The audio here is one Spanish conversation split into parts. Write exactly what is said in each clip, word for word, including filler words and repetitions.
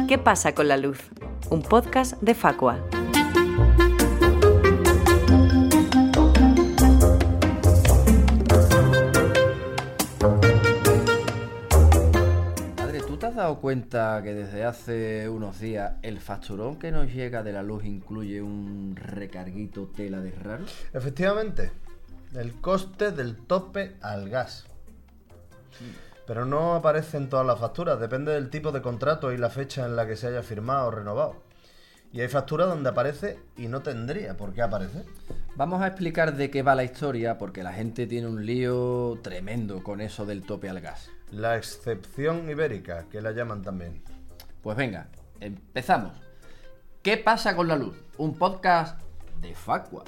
¿Qué pasa con la luz? Un podcast de Facua. Padre, ¿tú te has dado cuenta que desde hace unos días el facturón que nos llega de la luz incluye un recarguito tela de raro? Efectivamente, el coste del tope al gas. Pero no aparece en todas las facturas, depende del tipo de contrato y la fecha en la que se haya firmado o renovado. Y hay facturas donde aparece y no tendría por qué aparecer. Vamos a explicar de qué va la historia, porque la gente tiene un lío tremendo con eso del tope al gas. La excepción ibérica, que la llaman también. Pues venga, empezamos. ¿Qué pasa con la luz? Un podcast de Facua.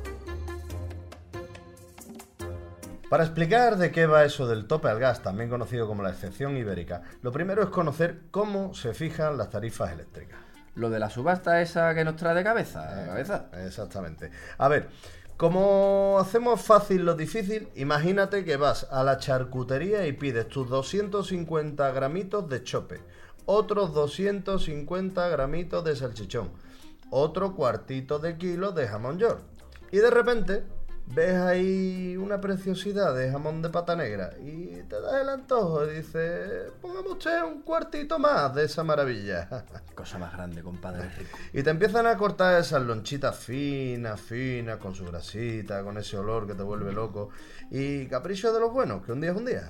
Para explicar de qué va eso del tope al gas, también conocido como la excepción ibérica, lo primero es conocer cómo se fijan las tarifas eléctricas. Lo de la subasta esa que nos trae de cabeza, Eh, cabeza. Exactamente. A ver, como hacemos fácil lo difícil, imagínate que vas a la charcutería y pides tus doscientos cincuenta gramitos de chope, otros doscientos cincuenta gramitos de salchichón, otro cuartito de kilo de jamón york. Y de repente ves ahí una preciosidad de jamón de pata negra y te das el antojo y dices, póngame usted un cuartito más de esa maravilla. Cosa más grande, compadre rico. Y te empiezan a cortar esas lonchitas finas, finas, con su grasita, con ese olor que te vuelve loco. Y capricho de los buenos, que un día es un día.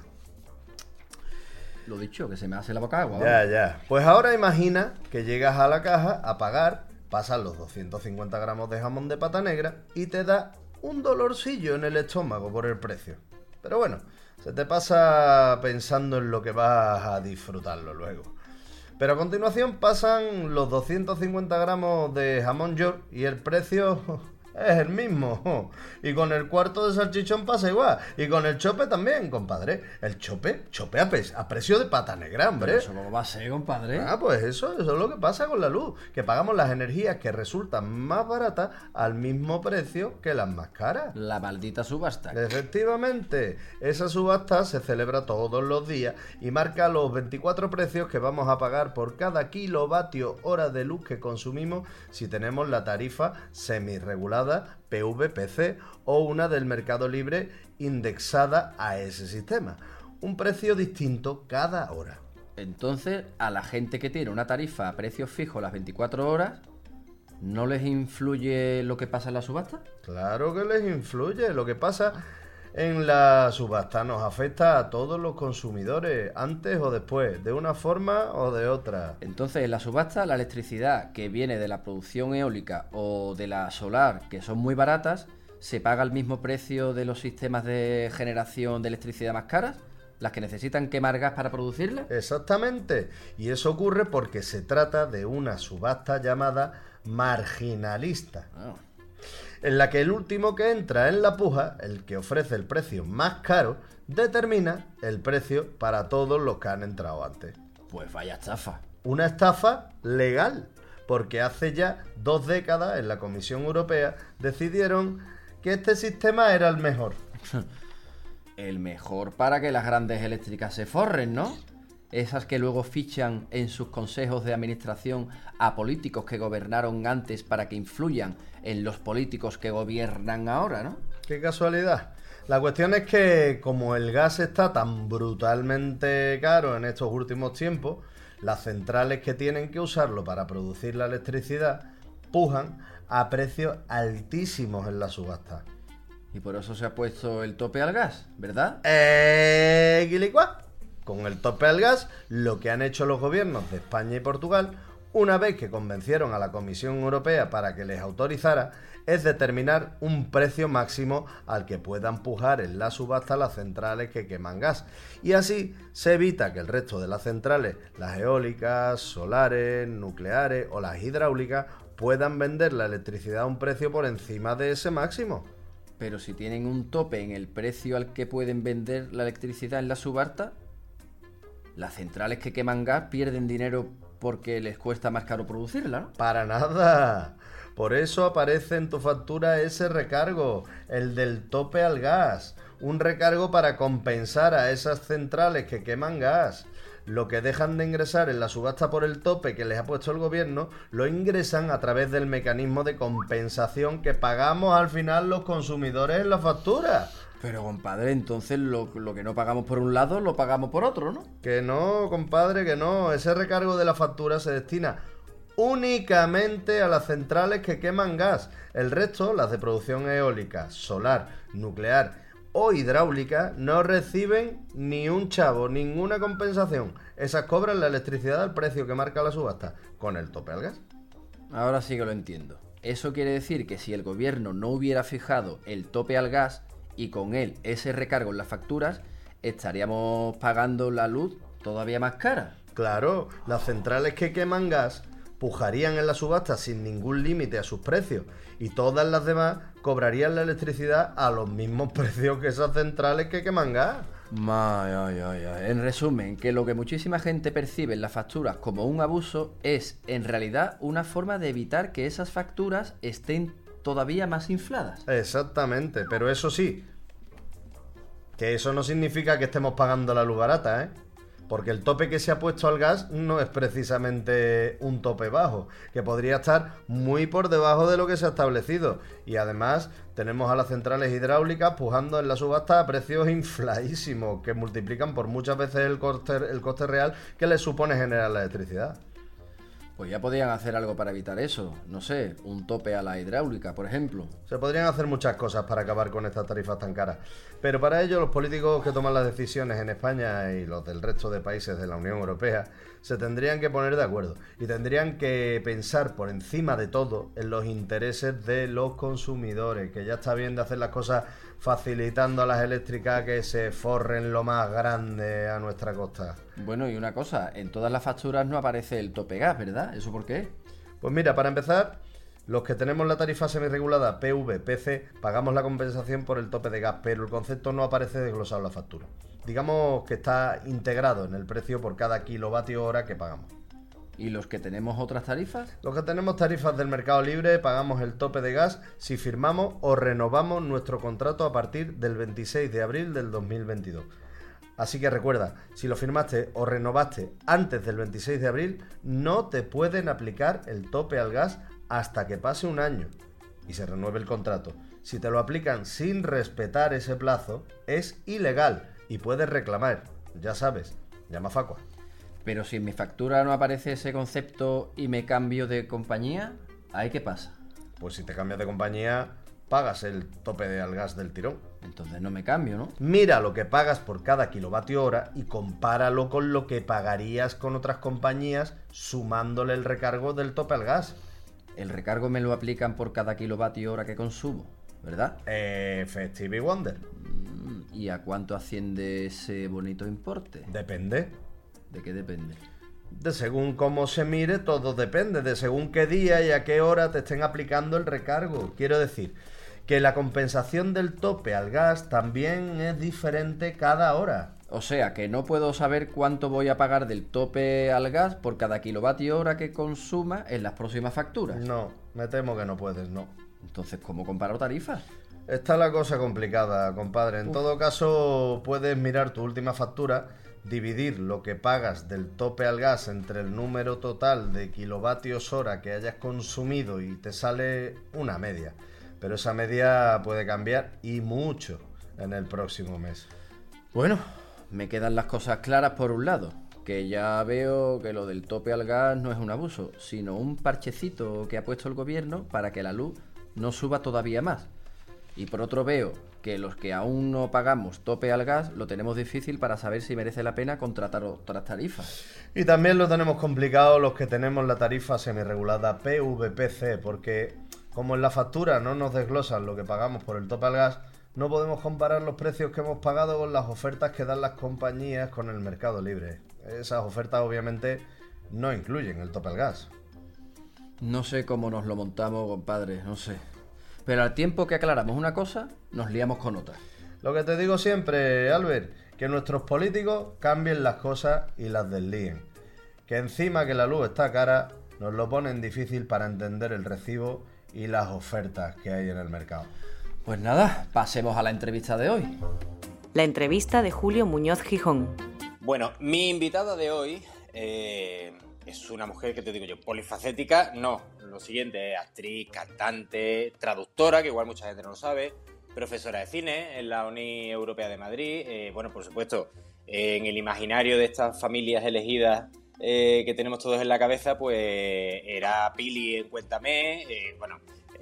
Lo dicho, que se me hace la boca agua. Ya, ya. Pues ahora imagina que llegas a la caja a pagar, pasas los doscientos cincuenta gramos de jamón de pata negra y te da un dolorcillo en el estómago por el precio. Pero bueno, se te pasa pensando en lo que vas a disfrutarlo luego. Pero a continuación pasan los doscientos cincuenta gramos de jamón york y el precio es el mismo. Y con el cuarto de salchichón pasa igual. Y con el chope también, compadre. El chope, chope a, pe- a precio de pata negra, hombre. Pero eso cómo va a ser, compadre. Ah, pues eso, eso es lo que pasa con la luz, que pagamos las energías que resultan más baratas al mismo precio que las más caras. La maldita subasta. Efectivamente, esa subasta se celebra todos los días y marca los veinticuatro precios que vamos a pagar por cada kilovatio hora de luz que consumimos si tenemos la tarifa semirregulada P V P C o una del mercado libre indexada a ese sistema. Un precio distinto cada hora. Entonces, a la gente que tiene una tarifa a precio fijo las veinticuatro horas, ¿no les influye lo que pasa en la subasta? Claro que les influye. Lo que pasa en la subasta nos afecta a todos los consumidores, antes o después, de una forma o de otra. Entonces, en la subasta, la electricidad que viene de la producción eólica o de la solar, que son muy baratas, ¿se paga al mismo precio de los sistemas de generación de electricidad más caras? ¿Las que necesitan quemar gas para producirla? Exactamente. Y eso ocurre porque se trata de una subasta llamada marginalista, Ah. en la que el último que entra en la puja, el que ofrece el precio más caro, determina el precio para todos los que han entrado antes. Pues vaya estafa. Una estafa legal, porque hace ya dos décadas en la Comisión Europea decidieron que este sistema era el mejor. El mejor para que las grandes eléctricas se forren, ¿no? Esas que luego fichan en sus consejos de administración a políticos que gobernaron antes para que influyan en los políticos que gobiernan ahora, ¿no? Qué casualidad. La cuestión es que como el gas está tan brutalmente caro en estos últimos tiempos, las centrales que tienen que usarlo para producir la electricidad pujan a precios altísimos en la subasta. Y por eso se ha puesto el tope al gas, ¿verdad? Eh, guilicuá. Con el tope al gas, lo que han hecho los gobiernos de España y Portugal, una vez que convencieron a la Comisión Europea para que les autorizara, es determinar un precio máximo al que puedan pujar en la subasta las centrales que queman gas. Y así se evita que el resto de las centrales, las eólicas, solares, nucleares o las hidráulicas, puedan vender la electricidad a un precio por encima de ese máximo. Pero si tienen un tope en el precio al que pueden vender la electricidad en la subasta, las centrales que queman gas pierden dinero porque les cuesta más caro producirla, ¿no? Para nada. Por eso aparece en tu factura ese recargo, el del tope al gas. Un recargo para compensar a esas centrales que queman gas. lo que dejan de ingresar en la subasta por el tope que les ha puesto el gobierno, lo ingresan a través del mecanismo de compensación que pagamos al final los consumidores en la factura. Pero, compadre, entonces lo, lo que no pagamos por un lado, lo pagamos por otro, ¿no? Que no, compadre, que no. Ese recargo de la factura se destina únicamente a las centrales que queman gas. El resto, las de producción eólica, solar, nuclear o hidráulica, no reciben ni un chavo, ninguna compensación. Esas cobran la electricidad al precio que marca la subasta, con el tope al gas. Ahora sí que lo entiendo. Eso quiere decir que si el gobierno no hubiera fijado el tope al gas y con él ese recargo en las facturas, estaríamos pagando la luz todavía más cara. Claro, las centrales que queman gas pujarían en la subasta sin ningún límite a sus precios y todas las demás cobrarían la electricidad a los mismos precios que esas centrales que queman gas. Ay, ay, ay, ay. En resumen, que lo que muchísima gente percibe en las facturas como un abuso es en realidad una forma de evitar que esas facturas estén todavía más infladas. Exactamente, pero eso sí, que eso no significa que estemos pagando la luz barata, ¿eh? Porque el tope que se ha puesto al gas no es precisamente un tope bajo, que podría estar muy por debajo de lo que se ha establecido. Y además tenemos a las centrales hidráulicas pujando en la subasta a precios infladísimos, que multiplican por muchas veces el coste, el coste real que les supone generar la electricidad. Pues ya podrían hacer algo para evitar eso. No sé, un tope a la hidráulica, por ejemplo. Se podrían hacer muchas cosas para acabar con estas tarifas tan caras. Pero para ello los políticos que toman las decisiones en España y los del resto de países de la Unión Europea se tendrían que poner de acuerdo y tendrían que pensar por encima de todo en los intereses de los consumidores, que ya está bien de hacer las cosas facilitando a las eléctricas que se forren lo más grande a nuestra costa. Bueno, y una cosa, en todas las facturas no aparece el tope gas, ¿verdad? ¿Eso por qué? Pues mira, para empezar, los que tenemos la tarifa semirregulada P V P C pagamos la compensación por el tope de gas, pero el concepto no aparece desglosado en la factura. Digamos que está integrado en el precio por cada kilovatio hora que pagamos. ¿Y los que tenemos otras tarifas? Los que tenemos tarifas del mercado libre pagamos el tope de gas si firmamos o renovamos nuestro contrato a partir del veintiséis de abril del dos mil veintidós. Así que recuerda, si lo firmaste o renovaste antes del veintiséis de abril, no te pueden aplicar el tope al gas hasta que pase un año y se renueve el contrato. Si te lo aplican sin respetar ese plazo, es ilegal y puedes reclamar. Ya sabes, llama a Facua. Pero si en mi factura no aparece ese concepto y me cambio de compañía, ¿ahí qué pasa? Pues si te cambias de compañía, pagas el tope de al gas del tirón. Entonces no me cambio, ¿no? Mira lo que pagas por cada kilovatio hora y compáralo con lo que pagarías con otras compañías sumándole el recargo del tope al gas. El recargo me lo aplican por cada kilovatio hora que consumo, ¿verdad? Efectivo y Wonder. ¿Y a cuánto asciende ese bonito importe? Depende. ¿De qué depende? De según cómo se mire, todo depende. De según qué día y a qué hora te estén aplicando el recargo. Quiero decir que la compensación del tope al gas también es diferente cada hora. O sea, que no puedo saber cuánto voy a pagar del tope al gas por cada kilovatio hora que consuma en las próximas facturas. No, me temo que no puedes, no. Entonces, ¿cómo comparo tarifas? Está la cosa complicada, compadre. En Uf. todo caso, puedes mirar tu última factura, dividir lo que pagas del tope al gas entre el número total de kilovatios hora que hayas consumido y te sale una media. Pero esa media puede cambiar y mucho en el próximo mes. Bueno, me quedan las cosas claras por un lado, que ya veo que lo del tope al gas no es un abuso, sino un parchecito que ha puesto el gobierno para que la luz no suba todavía más. Y por otro veo que los que aún no pagamos tope al gas lo tenemos difícil para saber si merece la pena contratar otras tarifas. Y también lo tenemos complicado los que tenemos la tarifa semirregulada P V P C, porque como en la factura no nos desglosan lo que pagamos por el tope al gas, no podemos comparar los precios que hemos pagado con las ofertas que dan las compañías con el mercado libre. Esas ofertas obviamente no incluyen el tope al gas. No sé cómo nos lo montamos, compadre, no sé. Pero al tiempo que aclaramos una cosa, nos liamos con otra. Lo que te digo siempre, Albert, que nuestros políticos cambien las cosas y las deslíen. Que encima que la luz está cara, nos lo ponen difícil para entender el recibo y las ofertas que hay en el mercado. Pues nada, pasemos a la entrevista de hoy. La entrevista de Julio Muñoz Gijón. Bueno, mi invitada de hoy eh, es una mujer que te digo yo, polifacética, no, lo siguiente, es actriz, cantante, traductora, que igual mucha gente no lo sabe, profesora de cine en la Uni Europea de Madrid, eh, bueno, por supuesto, eh, en el imaginario de estas familias elegidas eh, que tenemos todos en la cabeza, pues era Pili en Cuéntame, eh, bueno,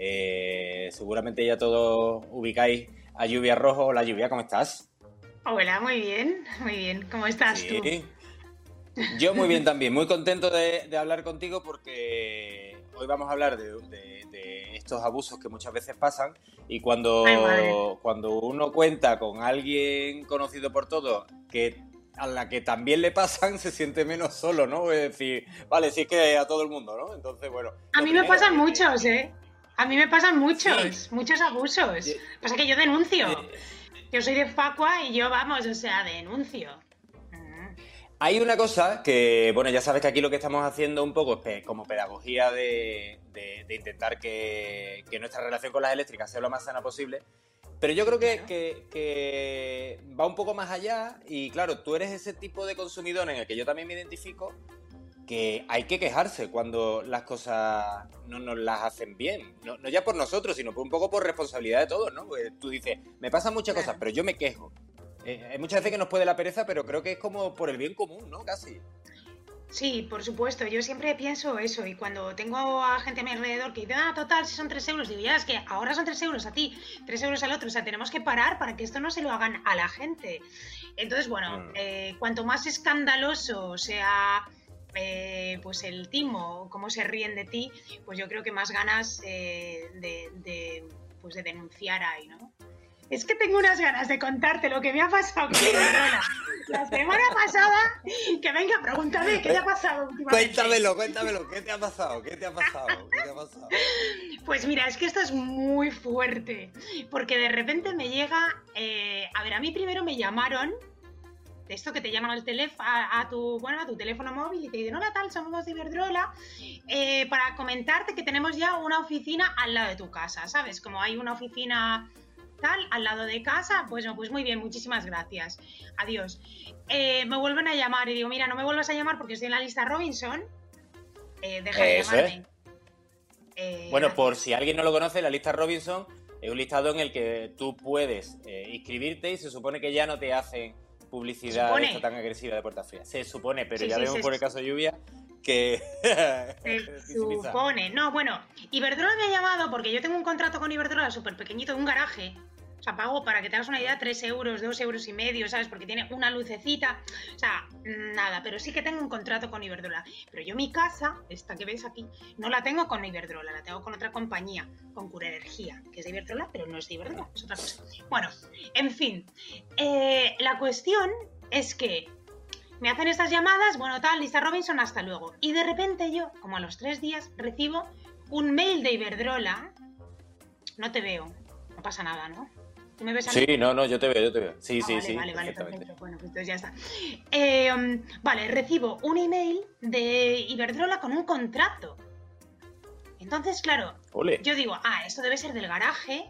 eh, seguramente ya todos ubicáis a Lluvia Rojo. Hola Lluvia, ¿cómo estás? Hola, muy bien, muy bien. ¿Cómo estás sí. tú? Yo muy bien también, muy contento de, de hablar contigo porque hoy vamos a hablar de, de, de estos abusos que muchas veces pasan y cuando, Ay, cuando uno cuenta con alguien conocido por todos que a la que también le pasan, se siente menos solo, ¿no? Es decir, vale, sí es que a todo el mundo, ¿no? Entonces, bueno. A mí primero, me pasan eh, muchos, ¿eh? A mí me pasan muchos, sí. muchos abusos. Sí. Pasa que yo denuncio. Eh, Yo soy de Facua y yo, vamos, o sea, denuncio. Mm. Hay una cosa que, bueno, ya sabes que aquí lo que estamos haciendo un poco es pe- como pedagogía de, de- de intentar que, que nuestra relación con las eléctricas sea lo más sana posible, pero yo creo que, que- que va un poco más allá y claro, tú eres ese tipo de consumidor en el que yo también me identifico, que hay que quejarse cuando las cosas no nos las hacen bien, no, no ya por nosotros, sino por un poco por responsabilidad de todos, ¿no? Porque tú dices, me pasan muchas cosas, pero yo me quejo. Eh, hay muchas veces que nos puede la pereza, pero creo que es como por el bien común, ¿no? Casi. Sí, por supuesto, yo siempre pienso eso y cuando tengo a gente a mi alrededor que dice, ah, total, si son tres euros, digo, ya, es que ahora son tres euros a ti, tres euros al otro, o sea, tenemos que parar para que esto no se lo hagan a la gente. Entonces, bueno, Mm. eh, cuanto más escandaloso sea eh, pues el timo o cómo se ríen de ti, pues yo creo que más ganas eh, de, de, pues de denunciar hay, ¿no? Es que tengo unas ganas de contarte lo que me ha pasado con Iberdrola la semana pasada. Que venga, pregúntame, ¿qué te ha pasado últimamente? Cuéntamelo, cuéntamelo, ¿qué te ha pasado? ¿Qué te ha pasado? ¿Qué te ha pasado? Pues mira, es que esto es muy fuerte, porque de repente me llega, eh, a ver, a mí primero me llamaron, de esto que te llaman al teléfono, a, a tu, bueno, a tu teléfono móvil y te dicen, hola tal, somos de Iberdrola, eh, para comentarte que tenemos ya una oficina al lado de tu casa, ¿sabes? Como hay una oficina tal, al lado de casa, pues, no, pues muy bien, muchísimas gracias, adiós. Eh, me vuelven a llamar y digo, mira, no me vuelvas a llamar porque estoy en la lista Robinson, eh, deja de Eso llamarme. es. Eh, Bueno, gracias. por si alguien no lo conoce, la lista Robinson es un listado en el que tú puedes eh, inscribirte y se supone que ya no te hacen publicidad supone. esta tan agresiva de puertas frías. Se supone, pero Sí, ya sí, vemos se- por el caso de Lluvia que... Se supone. No, bueno, Iberdrola me ha llamado porque yo tengo un contrato con Iberdrola súper pequeñito de un garaje. O sea, pago, para que te hagas una idea, tres euros, dos euros y medio, ¿sabes? Porque tiene una lucecita. O sea, nada, pero sí que tengo un contrato con Iberdrola. Pero yo mi casa, esta que ves aquí, no la tengo con Iberdrola, la tengo con otra compañía, con Cura Energía, que es de Iberdrola, pero no es de Iberdrola, es otra cosa. Bueno, en fin, eh, la cuestión es que me hacen estas llamadas, bueno, tal, lista Robinson, hasta luego. Y de repente yo, como a los tres días, recibo un mail de Iberdrola. No te veo, no pasa nada, ¿no? ¿Tú me ves a mí? Sí, no, no, yo te veo, yo te veo. Sí, Ah, sí, vale, sí, vale, vale, perfectamente. perfecto. Bueno, pues entonces ya está. Eh, um, vale, recibo un email de Iberdrola con un contrato. Entonces, claro, Ole. yo digo, ah, esto debe ser del garaje.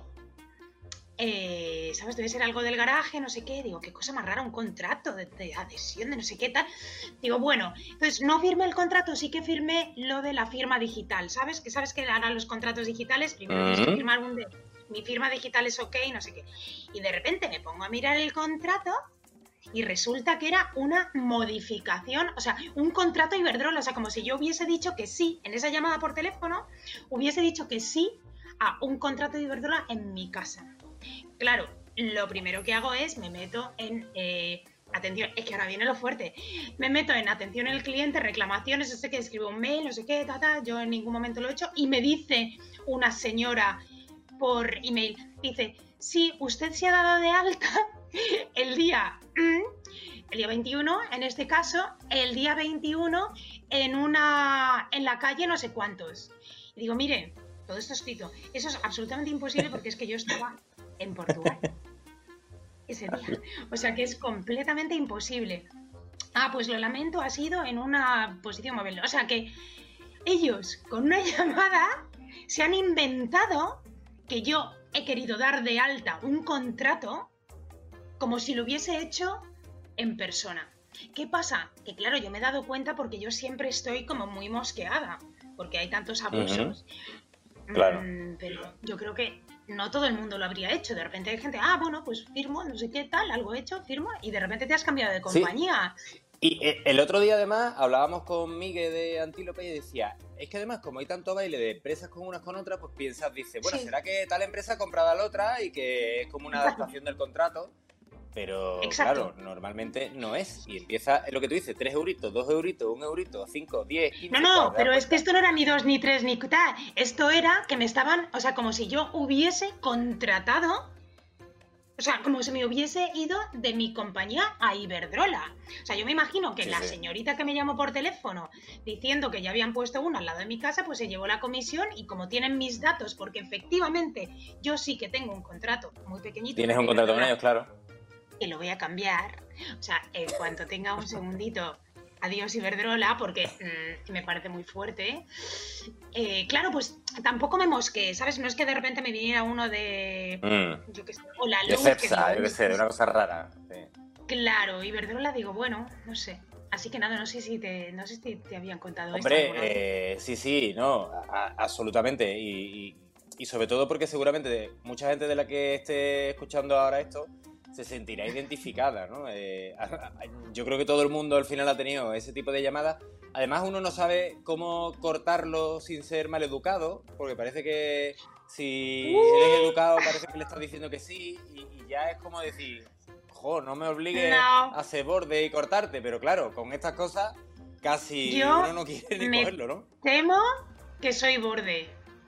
Eh, ¿Sabes? Debe ser algo del garaje, no sé qué. Digo, qué cosa más rara, un contrato de, de adhesión, de no sé qué tal. Digo, bueno, entonces no firmé el contrato, sí que firmé lo de la firma digital, ¿sabes? Que sabes que ahora los contratos digitales, primero tienes que Mm. firmar un de mi firma digital es ok, no sé qué. Y de repente me pongo a mirar el contrato y resulta que era una modificación, o sea, un contrato Iberdrola, o sea, como si yo hubiese dicho que sí, en esa llamada por teléfono, hubiese dicho que sí a un contrato de Iberdrola en mi casa. Claro, lo primero que hago es me meto en eh, atención, es que ahora viene lo fuerte, me meto en atención al cliente, reclamaciones, no sé qué, escribo un mail, no sé qué, ta, ta, yo en ningún momento lo he hecho y me dice una señora por email, dice, sí, usted se ha dado de alta el día, el día veintiuno, en este caso, el día veintiuno en una, en la calle no sé cuántos. Y digo, mire, todo esto escrito, eso es absolutamente imposible porque es que yo estaba en Portugal ese día, o sea que es completamente imposible. Ah, pues lo lamento, ha sido en una posición móvil, o sea que ellos con una llamada se han inventado que yo he querido dar de alta un contrato como si lo hubiese hecho en persona. ¿Qué pasa? Que claro, yo me he dado cuenta porque yo siempre estoy como muy mosqueada, porque hay tantos abusos. Uh-huh. Claro. Mm, pero yo creo que no todo el mundo lo habría hecho. De repente hay gente, ah, bueno, pues firmo, no sé qué tal, algo hecho, firmo, y de repente te has cambiado de compañía. Sí. Y el otro día además hablábamos con Miguel de Antílope y decía, es que además como hay tanto baile de empresas con unas con otras, pues piensas, dice, bueno, sí. ¿será que tal empresa ha comprado a la otra y que es como una adaptación del contrato? Pero Exacto. claro, normalmente no es. Y empieza, es lo que tú dices, tres euritos, dos euritos, un eurito, cinco, diez, quince... No, no, pero es que esto no era ni dos, ni tres, ni tal. Esto era que me estaban, o sea, como si yo hubiese contratado... O sea, como si me hubiese ido de mi compañía a Iberdrola. O sea, yo me imagino que sí, la sí. señorita que me llamó por teléfono diciendo que ya habían puesto una al lado de mi casa, pues se llevó la comisión y como tienen mis datos, porque efectivamente yo sí que tengo un contrato muy pequeñito. Tienes un contrato con ellos, claro. Y lo voy a cambiar. O sea, en cuanto tenga un segundito... Adiós Iberdrola, porque mmm, me parece muy fuerte. Eh, claro, pues tampoco me mosqué, ¿sabes? No es que de repente me viniera uno de... Mm. Yo qué sé, o la luz... De Cepsa, que yo qué sé, de una cosa rara. Sí. Claro, Iberdrola digo, bueno, no sé. Así que nada, no sé si te, no sé si te habían contado Hombre, esto. Hombre, eh, sí, sí, no, a, absolutamente. Y, y, y sobre todo porque seguramente mucha gente de la que esté escuchando ahora esto... se sentirá identificada, ¿no? Eh, yo creo que todo el mundo al final ha tenido ese tipo de llamadas. Además, uno no sabe cómo cortarlo sin ser maleducado, porque parece que si uh. eres educado parece que le estás diciendo que sí, y, y ya es como decir, jo, no me obligues no. a ser borde y cortarte, pero claro, con estas cosas casi yo uno no quiere ni me cogerlo, ¿no? Temo que soy borde.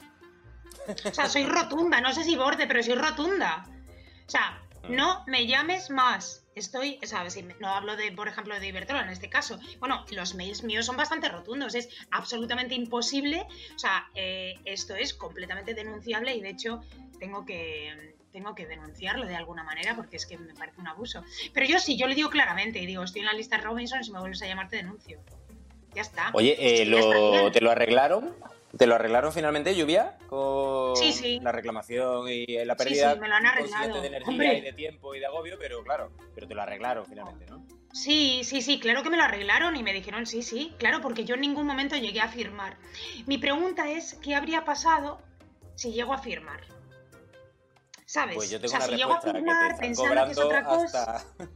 O sea, soy rotunda, no sé si borde, pero soy rotunda. O sea... No me llames más. Estoy, ¿sabes? No hablo de, por ejemplo, de Iberdrola en este caso. Bueno, los mails míos son bastante rotundos. Es absolutamente imposible. O sea, eh, esto es completamente denunciable y de hecho tengo que, tengo que denunciarlo de alguna manera porque es que me parece un abuso. Pero yo sí, yo le digo claramente y digo, estoy en la lista Robinson y si me vuelves a llamar te denuncio. Ya está. Oye, eh, es lo, ¿te lo arreglaron? ¿Te lo arreglaron finalmente, Lluvia? Con sí, sí. la reclamación y la pérdida sí, sí, me lo han arreglado. de energía Hombre. y de tiempo y de agobio, pero claro, pero te lo arreglaron finalmente, ¿no? Sí, sí, sí, claro que me lo arreglaron y me dijeron sí, sí, claro, porque yo en ningún momento llegué a firmar. Mi pregunta es, ¿qué habría pasado si llego a firmar? ¿Sabes? Pues yo tengo o sea, una si llego a firmar pensando que es otra cosa... Hasta...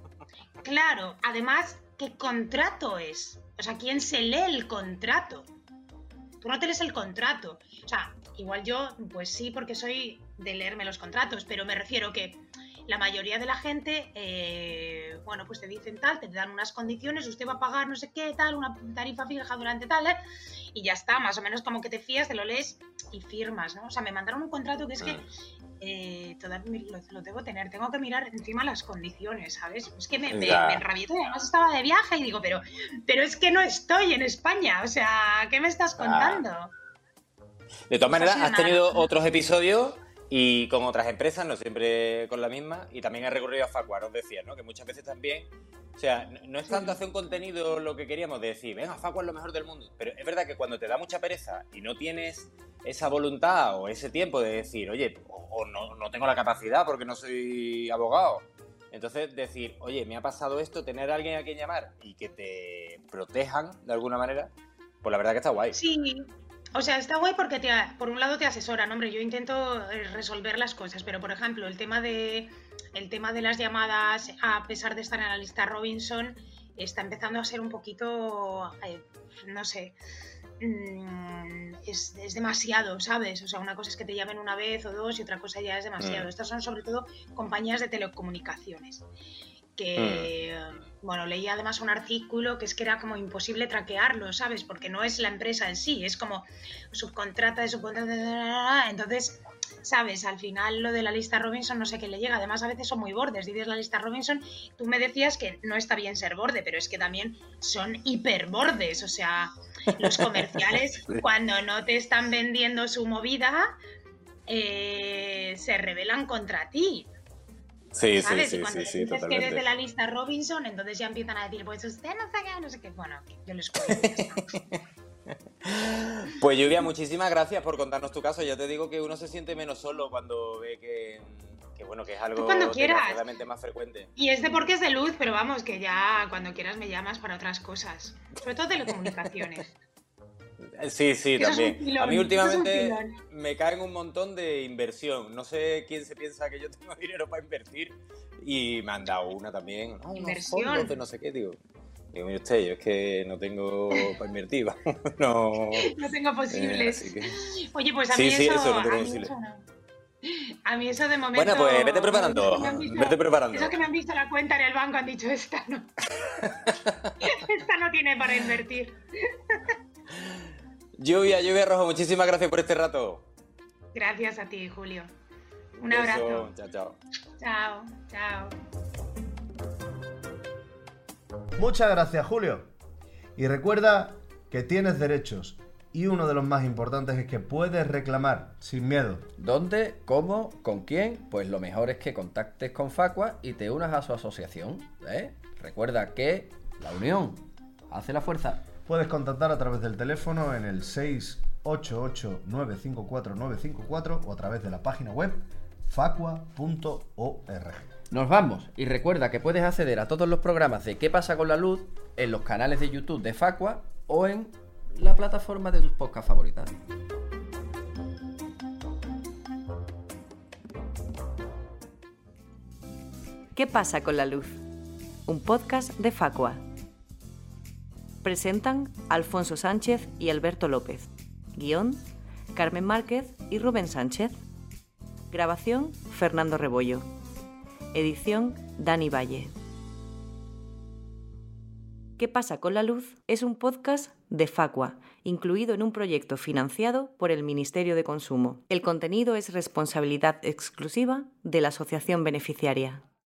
Claro, además, ¿qué contrato es? O sea, ¿quién se lee el contrato? Tú no te lees el contrato. O sea, igual yo, pues sí, porque soy de leerme los contratos, pero me refiero que la mayoría de la gente, eh, bueno, pues te dicen tal, te dan unas condiciones, usted va a pagar no sé qué, tal, una tarifa fija durante tal, ¿eh? Y ya está, más o menos como que te fías, te lo lees y firmas, ¿no? O sea, me mandaron un contrato que es que eh, todavía lo, lo debo tener, tengo que mirar encima las condiciones, ¿sabes? Es que me, me, me enrabieto, además estaba de viaje y digo, pero, pero es que no estoy en España, o sea, ¿qué me estás contando? Ah. De todas maneras, has tenido nada. otros episodios y con otras empresas, no siempre con la misma, y también has recurrido a Facua, nos decías, ¿no? Que muchas veces también, o sea, no es tanto hacer un contenido lo que queríamos de decir, venga, Facua es lo mejor del mundo, pero es verdad que cuando te da mucha pereza y no tienes esa voluntad o ese tiempo de decir, oye, o, o no, no tengo la capacidad porque no soy abogado, entonces decir, oye, me ha pasado esto, tener a alguien a quien llamar y que te protejan de alguna manera, pues la verdad que está guay. Sí. O sea, está guay porque te, por un lado te asesoran, hombre, yo intento resolver las cosas, pero por ejemplo, el tema de el tema de las llamadas, a pesar de estar en la lista Robinson, está empezando a ser un poquito, eh, no sé, mmm, es, es demasiado, ¿sabes? O sea, una cosa es que te llamen una vez o dos y otra cosa ya es demasiado. Mm. Estas son sobre todo compañías de telecomunicaciones. Que, mm. bueno, leí además un artículo que es que era como imposible traquearlo, ¿sabes? Porque no es la empresa en sí, es como subcontrata de subcontrata, entonces, ¿sabes? Al final lo de la lista Robinson no sé qué le llega, además a veces son muy bordes, dices la lista Robinson, tú me decías que no está bien ser borde, pero es que también son hiperbordes, o sea, los comerciales cuando no te están vendiendo su movida, eh, se rebelan contra ti. Sí, ¿sabes? sí, y cuando sí, sí, dices totalmente. que eres de la lista Robinson, entonces ya empiezan a decir, pues usted no sabe, no sé qué. Bueno, yo les cuento. Pues Lluvia, muchísimas gracias por contarnos tu caso. Ya te digo que uno se siente menos solo cuando ve que, que que bueno, que es algo cuando quieras. desgraciadamente más frecuente. Y este porque es de luz, pero vamos, que ya cuando quieras me llamas para otras cosas. Sobre todo telecomunicaciones. Sí, sí, Eso es un también. pilón, A mí eso es un últimamente pilón. me caen un montón de inversión. No sé quién se piensa que yo tengo dinero para invertir y me han dado una también. No, unos Inversión. fondos de no sé qué, digo. Digo, mire usted, yo es que no tengo para invertir. no, No tengo posibles. Eh, así que- Oye, pues a Sí, mí sí, eso, eso, no a tengo mí posibles. eso no. A mí eso de momento... Bueno, pues vete preparando, Eso que me han visto- vete preparando. Eso que me han visto la cuenta en el banco han dicho, esta no. Esta no tiene para invertir. Lluvia, lluvia rojo, muchísimas gracias por este rato. Gracias a ti, Julio. Un Beso, abrazo. Chao, chao. Chao, chao. Muchas gracias, Julio. Y recuerda que tienes derechos. Y uno de los más importantes es que puedes reclamar sin miedo. ¿Dónde? ¿Cómo? ¿Con quién? Pues lo mejor es que contactes con Facua y te unas a su asociación, ¿eh? Recuerda que la unión hace la fuerza. Puedes contactar a través del teléfono en el seis ocho ocho nueve cinco cuatro nueve cinco cuatro o a través de la página web facua punto org. Nos vamos y recuerda que puedes acceder a todos los programas de ¿Qué pasa con la luz? En los canales de YouTube de Facua o en la plataforma de tus podcasts favoritas. ¿Qué pasa con la luz? Un podcast de Facua. Presentan Alfonso Sánchez y Alberto López. Guión, Carmen Márquez y Rubén Sánchez. Grabación, Fernando Rebollo. Edición, Dani Valle. ¿Qué pasa con la luz? Es un podcast de Facua, incluido en un proyecto financiado por el Ministerio de Consumo. El contenido es responsabilidad exclusiva de la asociación beneficiaria.